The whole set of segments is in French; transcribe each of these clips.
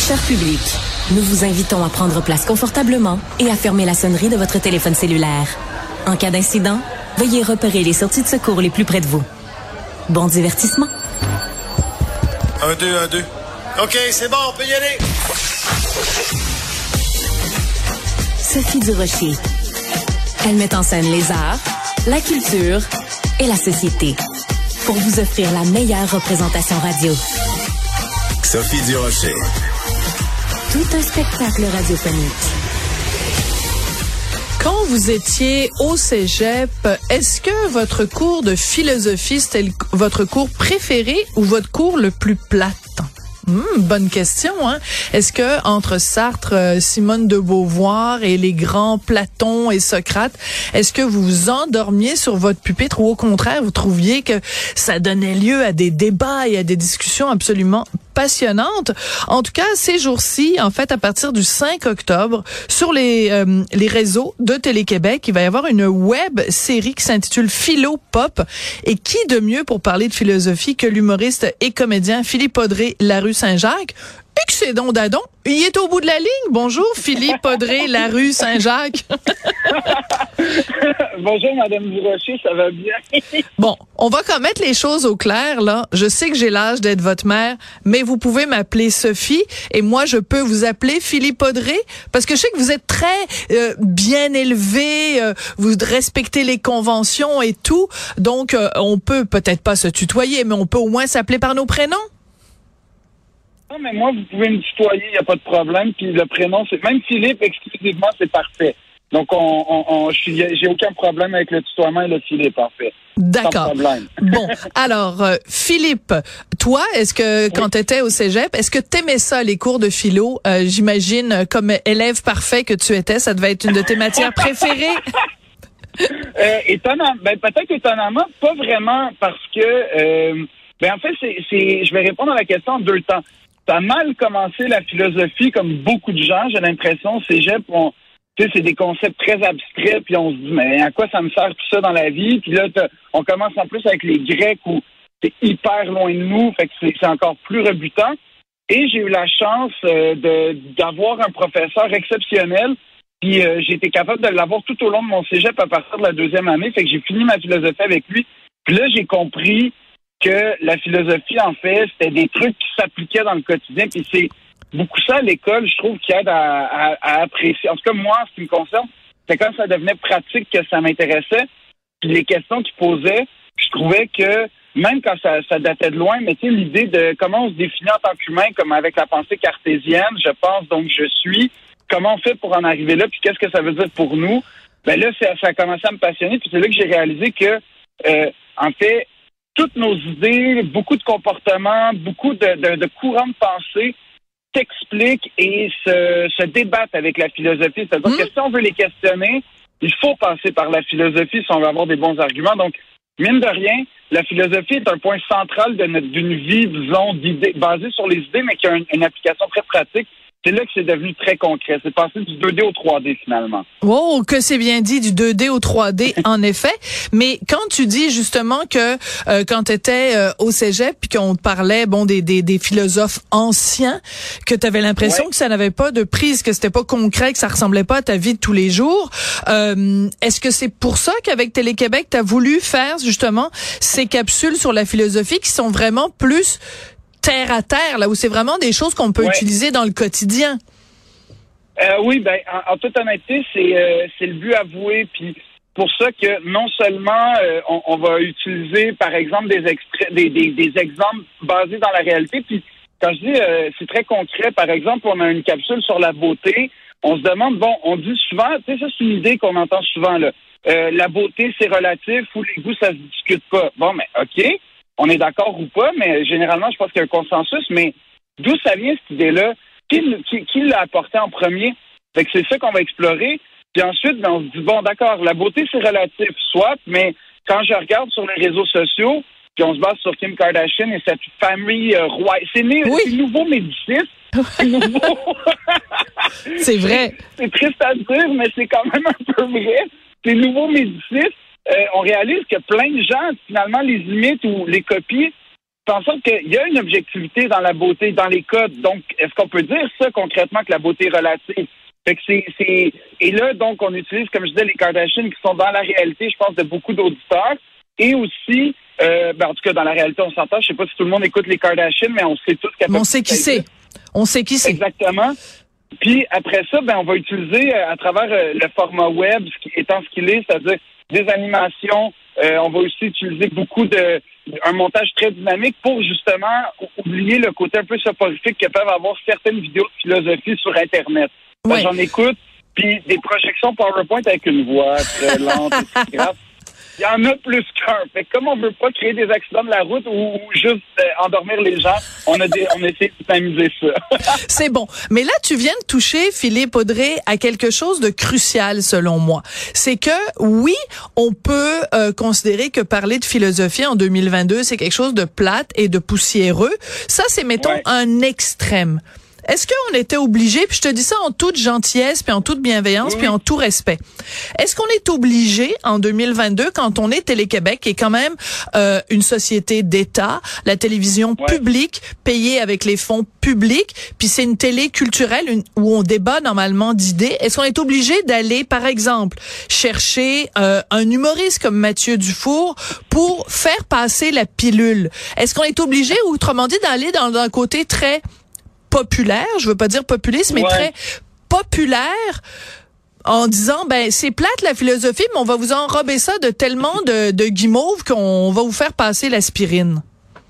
Cher public, nous vous invitons à prendre place confortablement et à fermer la sonnerie de votre téléphone cellulaire. En cas d'incident, veuillez repérer les sorties de secours les plus près de vous. Bon divertissement. 1, 2, 1, 2. OK, c'est bon, on peut y aller. Sophie Durocher. Elle met en scène les arts, la culture et la société pour vous offrir la meilleure représentation radio. Sophie Durocher. Tout un spectacle radiophonique. Quand vous étiez au cégep, est-ce que votre cours de philosophie, c'était votre cours préféré ou votre cours le plus plate? Bonne question, hein? Est-ce que entre Sartre, Simone de Beauvoir et les grands Platon et Socrate, est-ce que vous vous endormiez sur votre pupitre ou au contraire, vous trouviez que ça donnait lieu à des débats et à des discussions absolument passionnante. En tout cas, ces jours-ci, en fait, à partir du 5 octobre, sur les réseaux de Télé-Québec, il va y avoir une web série qui s'intitule Philo Pop. Et qui de mieux pour parler de philosophie que l'humoriste et comédien Philippe Audrey Larue Saint-Jacques? Excédons d'Adon, il est au bout de la ligne. Bonjour Philippe Audrey Larue Saint-Jacques. Bonjour Madame Durocher, ça va bien? Bon, on va quand mettre les choses au clair, là. Je sais que j'ai l'âge d'être votre mère, mais vous pouvez m'appeler Sophie et moi je peux vous appeler Philippe Audrey parce que je sais que vous êtes très bien élevé, vous respectez les conventions et tout. Donc on peut peut-être pas se tutoyer, mais on peut au moins s'appeler par nos prénoms. Non, mais moi, vous pouvez me tutoyer, il n'y a pas de problème. Puis le prénom, c'est même Philippe, exclusivement, c'est parfait. Donc, j'ai aucun problème avec le tutoiement et le Philippe, en fait. D'accord. Sans problème. Bon, alors, Philippe, toi, est-ce que quand tu étais au cégep, est-ce que t'aimais ça, les cours de philo? J'imagine, comme élève parfait que tu étais, ça devait être une de tes matières préférées. Peut-être étonnamment, pas vraiment, parce que, en fait, je vais répondre à la question en deux temps. Ça a mal commencé la philosophie, comme beaucoup de gens, j'ai l'impression, au cégep, c'est des concepts très abstraits, puis on se dit, mais à quoi ça me sert tout ça dans la vie? Puis là, on commence en plus avec les Grecs, où c'est hyper loin de nous, fait que c'est encore plus rebutant. Et j'ai eu la chance d'avoir un professeur exceptionnel, puis j'ai été capable de l'avoir tout au long de mon cégep à partir de la deuxième année, fait que j'ai fini ma philosophie avec lui. Puis là, j'ai compris que la philosophie, en fait, c'était des trucs qui s'appliquaient dans le quotidien. Puis c'est beaucoup ça à l'école, je trouve, qui aide à apprécier. En tout cas, moi, en ce qui me concerne, c'est quand ça devenait pratique que ça m'intéressait. Puis les questions qu'il posait, je trouvais que, même quand ça datait de loin, mais tu sais, l'idée de comment on se définit en tant qu'humain, comme avec la pensée cartésienne, je pense, donc je suis, comment on fait pour en arriver là, puis qu'est-ce que ça veut dire pour nous, ben là, ça a commencé à me passionner, puis c'est là que j'ai réalisé que, en fait, toutes nos idées, beaucoup de comportements, beaucoup de courants de pensée s'expliquent et se débattent avec la philosophie. C'est-à-dire que si on veut les questionner, il faut passer par la philosophie si on veut avoir des bons arguments. Donc, mine de rien, la philosophie est un point central d'une vie, disons, d'idées, basée sur les idées, mais qui a une application très pratique. C'est là que c'est devenu très concret. C'est passé du 2D au 3D, finalement. Oh, que c'est bien dit, du 2D au 3D, en effet. Mais quand tu dis justement que quand tu étais au cégep puis qu'on te parlait des philosophes anciens, que tu avais l'impression que ça n'avait pas de prise, que c'était pas concret, que ça ressemblait pas à ta vie de tous les jours, est-ce que c'est pour ça qu'avec Télé-Québec, tu as voulu faire justement ces capsules sur la philosophie qui sont vraiment plus terre à terre, là où c'est vraiment des choses qu'on peut utiliser dans le quotidien? Oui, en toute honnêteté, c'est le but avoué. Puis pour ça que non seulement on va utiliser, par exemple, des exemples basés dans la réalité. Puis quand je dis c'est très concret, par exemple, on a une capsule sur la beauté. On se demande, on dit souvent, tu sais, ça c'est une idée qu'on entend souvent là. La beauté c'est relatif ou les goûts ça se discute pas. Bon, mais ok. On est d'accord ou pas, mais généralement, je pense qu'il y a un consensus. Mais d'où ça vient, cette idée-là? Qui l'a apporté en premier? Fait que c'est ça qu'on va explorer. Puis ensuite, on se dit, d'accord, la beauté, c'est relatif, soit, mais quand je regarde sur les réseaux sociaux, puis on se base sur Kim Kardashian et cette famille royale, c'est nouveau Médicis. C'est nouveau. C'est vrai. C'est triste à dire, mais c'est quand même un peu vrai. C'est nouveau Médicis. On réalise que plein de gens, finalement, les imitent ou les copient. en sorte qu'il y a une objectivité dans la beauté, dans les codes. Donc, est-ce qu'on peut dire ça concrètement, que la beauté est relative? Fait que et là, donc, on utilise, comme je disais, les Kardashians qui sont dans la réalité, je pense, de beaucoup d'auditeurs. Et aussi, en tout cas, dans la réalité, on s'entend. Je sais pas si tout le monde écoute les Kardashians, mais on sait tous qu'à peu près. On sait qui c'est. On sait qui c'est. Exactement. Puis après ça, on va utiliser à travers le format web, étant ce qu'il est, c'est-à-dire des animations. On va aussi utiliser beaucoup un montage très dynamique pour justement oublier le côté un peu soporifique que peuvent avoir certaines vidéos de philosophie sur Internet. Ouais. J'en écoute, puis des projections PowerPoint avec une voix très lente et très grave. Il y en a plus qu'un. Fait que comme on veut pas créer des accidents de la route ou juste endormir les gens, on essaie de s'amuser ça. C'est bon. Mais là, tu viens de toucher, Philippe Audrey, à quelque chose de crucial, selon moi. C'est que, oui, on peut considérer que parler de philosophie en 2022, c'est quelque chose de plate et de poussiéreux. Ça, c'est, mettons, un extrême. Est-ce qu'on était obligé, puis je te dis ça en toute gentillesse, puis en toute bienveillance, puis en tout respect, est-ce qu'on est obligé en 2022, quand on est Télé-Québec, qui est quand même une société d'État, la télévision publique, payée avec les fonds publics, puis c'est une télé culturelle où on débat normalement d'idées, est-ce qu'on est obligé d'aller, par exemple, chercher un humoriste comme Mathieu Dufour pour faire passer la pilule? Est-ce qu'on est obligé, autrement dit, d'aller dans un côté très populaire, je veux pas dire populiste, mais très populaire, en disant, c'est plate la philosophie, mais on va vous enrober ça de tellement de guimauve qu'on va vous faire passer l'aspirine?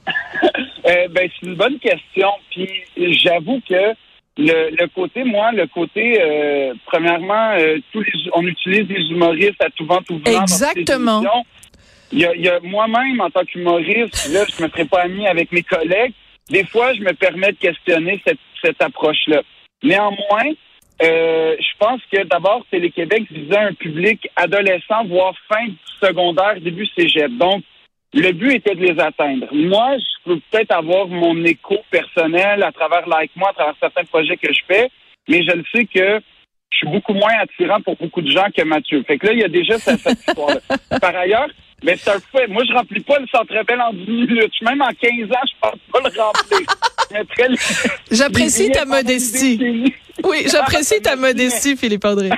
C'est une bonne question. Puis j'avoue que le côté, premièrement, on utilise des humoristes à tout vent, tout venant. Exactement. Il y a moi-même, en tant qu'humoriste, là, je me serais pas ami avec mes collègues. Des fois, je me permets de questionner cette approche-là. Néanmoins, je pense que d'abord, Télé-Québec visait un public adolescent, voire fin du secondaire, début cégep. Donc, le but était de les atteindre. Moi, je peux peut-être avoir mon écho personnel à travers Like Moi, à travers certains projets que je fais, mais je le sais que je suis beaucoup moins attirant pour beaucoup de gens que Mathieu. Fait que là, il y a déjà cette histoire-là. Par ailleurs, c'est un fait. Moi, je remplis pas le Centre Bell en 10 minutes. Même en 15 ans, je pense pas le remplir. J'apprécie ta modestie. Oui, j'apprécie ta modestie, Philippe Audrey.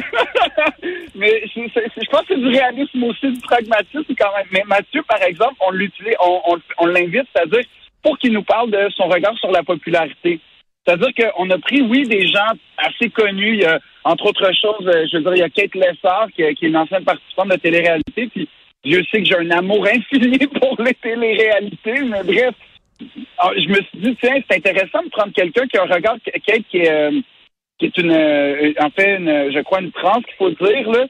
Mais je pense que c'est du réalisme aussi, du pragmatisme quand même. Mais Mathieu, par exemple, on l'utilise, on l'invite, c'est-à-dire pour qu'il nous parle de son regard sur la popularité. C'est-à-dire qu'on a pris, oui, des gens assez connus. Il y a, entre autres choses, je veux dire, il y a Kate Lessard, qui est une ancienne participante de télé-réalité, puis je sais que j'ai un amour infini pour les télé-réalités, mais bref, je me suis dit, tiens, c'est intéressant de prendre quelqu'un qui a un regard, Kate, qui est je crois, une trans, qu'il faut dire, là.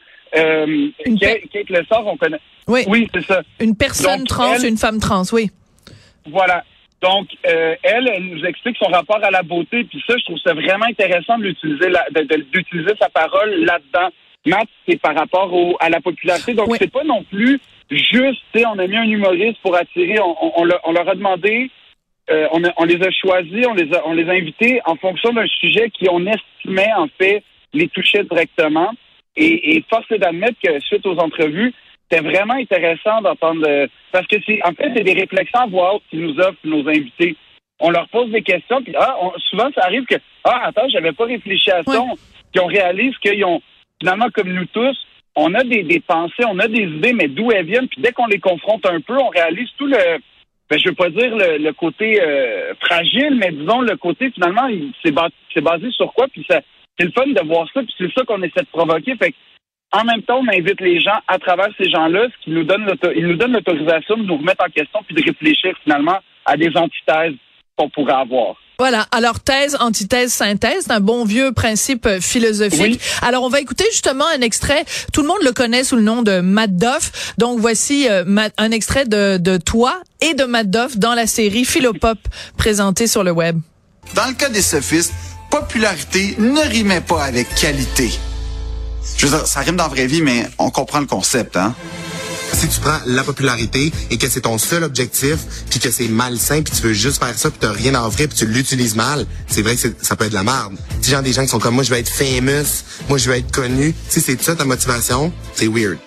Kate Lessard, on connaît. Oui, c'est ça. Une personne trans, une femme trans, oui. Voilà. Donc, elle nous explique son rapport à la beauté, puis ça, je trouve ça vraiment intéressant d'utiliser sa parole là-dedans. Matt, c'est par rapport à la popularité. Donc, c'est pas non plus juste, on a mis un humoriste pour attirer. On leur a demandé, on les a choisis, on les a invités en fonction d'un sujet qui, on estimait, en fait, les touchait directement. Et force est d'admettre que, suite aux entrevues, c'était vraiment intéressant d'entendre, parce que c'est des réflexions à voix haute qu'ils nous offrent nos invités. On leur pose des questions, puis souvent ça arrive que, attends, j'avais pas réfléchi à ça. Puis on réalise qu'ils ont, finalement, comme nous tous, on a des pensées, on a des idées, mais d'où elles viennent, puis dès qu'on les confronte un peu, on réalise tout le, je veux pas dire le côté fragile, mais disons le côté, finalement, c'est basé sur quoi, puis ça, c'est le fun de voir ça, puis c'est ça qu'on essaie de provoquer, fait que, en même temps, on invite les gens à travers ces gens-là, ce qui nous donne l'autorisation de nous remettre en question puis de réfléchir finalement à des antithèses qu'on pourrait avoir. Voilà. Alors, thèse, antithèse, synthèse, c'est un bon vieux principe philosophique. Oui. Alors, on va écouter justement un extrait. Tout le monde le connaît sous le nom de Matt Doff. Donc, voici un extrait de toi et de Matt Doff dans la série Philopop présentée sur le web. Dans le cas des sophistes, popularité ne rimait pas avec qualité. Je veux dire, ça rime dans la vraie vie, mais on comprend le concept, hein? Si tu prends la popularité et que c'est ton seul objectif, puis que c'est malsain, puis tu veux juste faire ça, puis t'as rien en vrai, puis tu l'utilises mal, c'est vrai que ça peut être de la merde. Tu sais, genre des gens qui sont comme moi, je veux être famous, moi je veux être connu. Si c'est ça ta motivation, c'est weird.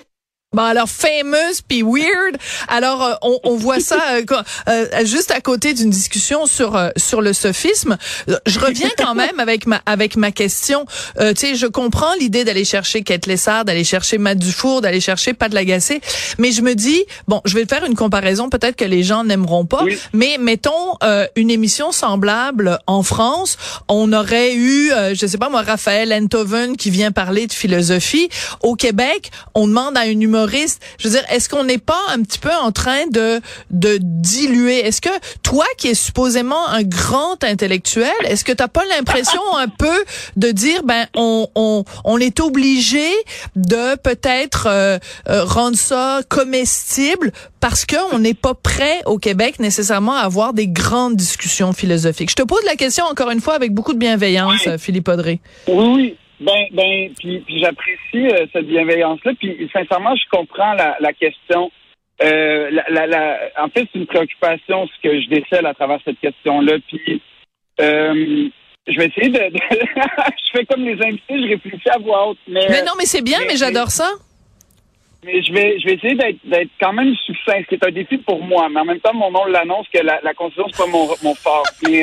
Bon, alors famous puis weird. Alors on voit ça juste à côté d'une discussion sur le sophisme. Je reviens quand même avec ma question. Tu sais, je comprends l'idée d'aller chercher Kate Lessard, d'aller chercher Matt Dufour, d'aller chercher Pat Lagacé, mais je me dis bon, je vais faire une comparaison, peut-être que les gens n'aimeront pas, oui. Mais mettons une émission semblable en France, on aurait eu je sais pas moi Raphaël Enthoven qui vient parler de philosophie. Au Québec, on demande à une humoriste. Je veux dire, est-ce qu'on n'est pas un petit peu en train de diluer? Est-ce que toi, qui es supposément un grand intellectuel, est-ce que t'as pas l'impression un peu de dire, ben, on est obligé de peut-être rendre ça comestible parce que on n'est pas prêt au Québec nécessairement à avoir des grandes discussions philosophiques? Je te pose la question encore une fois avec beaucoup de bienveillance, oui. Philippe Audrey. Oui. Puis j'apprécie cette bienveillance-là. Puis sincèrement, je comprends la question. En fait, c'est une préoccupation ce que je décèle à travers cette question-là. Puis je vais essayer de je fais comme les invités, je réfléchis à voix haute. Mais non, mais c'est bien, mais j'adore ça. Mais je vais essayer d'être quand même succinct, ce qui est un défi pour moi. Mais en même temps, mon nom l'annonce que la Constitution, c'est pas mon fort. Mais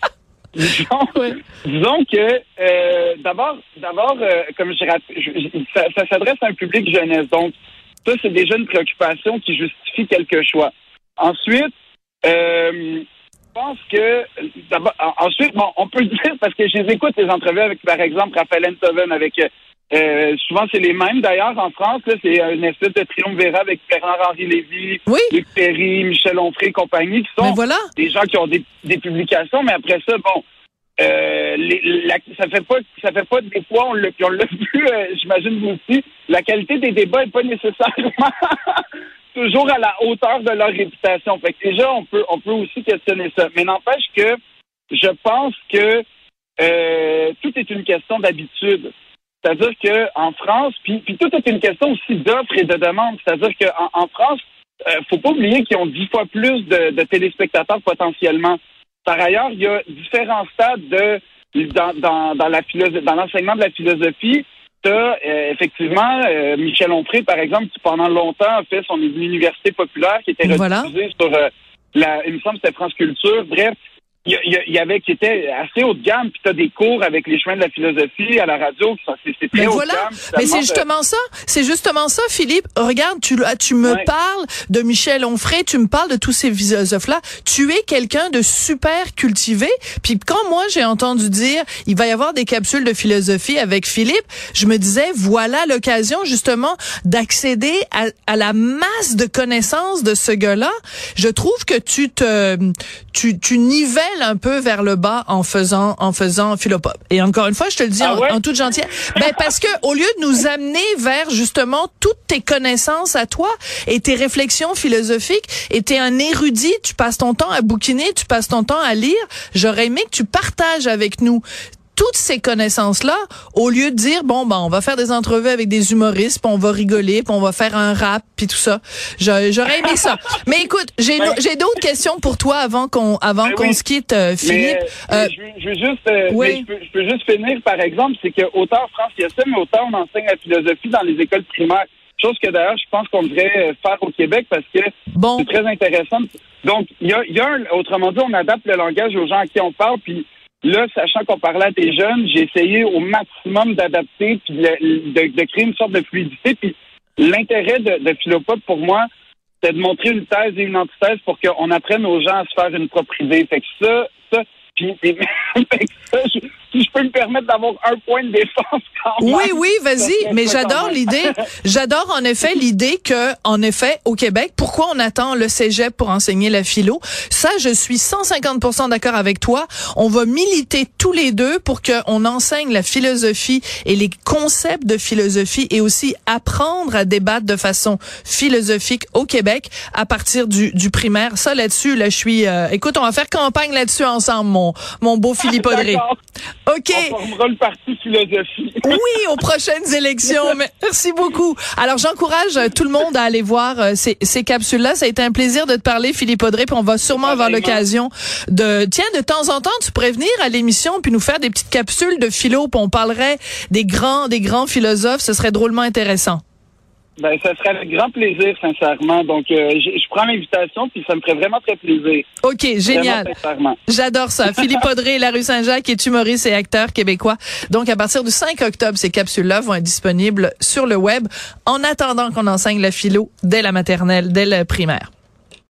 disons que d'abord, comme ça s'adresse à un public jeunesse. Donc, ça, c'est déjà une préoccupation qui justifie quelques choix. Ensuite, je pense que ensuite, bon, on peut le dire parce que je les écoute les entrevues avec, par exemple, Raphaël Enthoven, avec souvent c'est les mêmes d'ailleurs en France. Là, c'est une espèce de triumvirat avec Bernard-Henri Lévy, oui. Luc Perry, Michel Onfray et compagnie, qui sont des gens qui ont des publications, mais après ça, bon. Ça fait pas des fois, on l'a vu, j'imagine vous aussi, la qualité des débats est pas nécessairement toujours à la hauteur de leur réputation. Fait que déjà, on peut aussi questionner ça. Mais n'empêche que je pense que tout est une question d'habitude. C'est-à-dire que en France, puis tout est une question aussi d'offre et de demande. C'est-à-dire qu'en France, faut pas oublier qu'ils ont 10 fois plus de téléspectateurs potentiellement. Par ailleurs, il y a différents stades dans l'enseignement de la philosophie. T'as effectivement Michel Onfray, par exemple, qui pendant longtemps a fait son université populaire, qui était rediffusée sur il me semble que c'était France Culture. Bref, il y avait qui était assez haut de gamme, puis t'as des cours avec les chemins de la philosophie à la radio, c'est très haut de gamme. Mais c'est justement ça. C'est justement ça, Philippe. Regarde, tu me parles de Michel Onfray, tu me parles de tous ces philosophes-là. Tu es quelqu'un de super cultivé. Puis quand moi, j'ai entendu dire, il va y avoir des capsules de philosophie avec Philippe, je me disais, voilà l'occasion, justement, d'accéder à la masse de connaissances de ce gars-là. Je trouve que tu nivelles un peu vers le bas en faisant Philopop. Et encore une fois, je te le dis en toute gentillesse, parce que au lieu de nous amener vers justement toutes tes connaissances à toi et tes réflexions philosophiques, et t'es un érudit, tu passes ton temps à bouquiner, tu passes ton temps à lire, j'aurais aimé que tu partages avec nous toutes ces connaissances-là, au lieu de dire, on va faire des entrevues avec des humoristes, puis on va rigoler, puis on va faire un rap, puis tout ça. J'aurais aimé ça. Mais écoute, j'ai d'autres questions pour toi avant qu'on se quitte, Philippe. Je peux juste finir, par exemple, c'est que autant en France, il y a ça, mais autant on enseigne la philosophie dans les écoles primaires. Chose que d'ailleurs, je pense qu'on devrait faire au Québec parce que c'est très intéressant. Donc, il y a autrement dit, on adapte le langage aux gens à qui on parle, puis là, sachant qu'on parlait à des jeunes, j'ai essayé au maximum d'adapter puis de créer une sorte de fluidité. Puis l'intérêt de Philopop, pour moi, c'est de montrer une thèse et une antithèse pour qu'on apprenne aux gens à se faire une propre idée. Fait que ça, puis si je peux me permettre d'avoir un point de défense quand même. Oui, vas-y, mais j'adore l'idée. J'adore en effet l'idée que, en effet, au Québec, pourquoi on attend le cégep pour enseigner la philo? Ça, je suis 150% d'accord avec toi. On va militer tous les deux pour qu'on enseigne la philosophie et les concepts de philosophie et aussi apprendre à débattre de façon philosophique au Québec à partir du primaire. Ça, là-dessus, je suis, écoute, on va faire campagne là-dessus ensemble, mon beau Philippe Audrey. OK. On formera le parti philosophie. Oui, aux prochaines élections. Merci beaucoup. Alors, j'encourage tout le monde à aller voir ces capsules-là. Ça a été un plaisir de te parler, Philippe Audrey, puis on va sûrement avoir l'occasion de temps en temps, tu pourrais venir à l'émission puis nous faire des petites capsules de philo, puis on parlerait des grands philosophes. Ce serait drôlement intéressant. Ben, ça serait avec grand plaisir, sincèrement. Donc, je prends l'invitation, puis ça me ferait vraiment très plaisir. OK, génial. Vraiment, sincèrement. J'adore ça. Philippe Audrey, La Rue Saint-Jacques, est humoriste et acteur québécois. Donc, à partir du 5 octobre, ces capsules-là vont être disponibles sur le web en attendant qu'on enseigne la philo dès la maternelle, dès le primaire.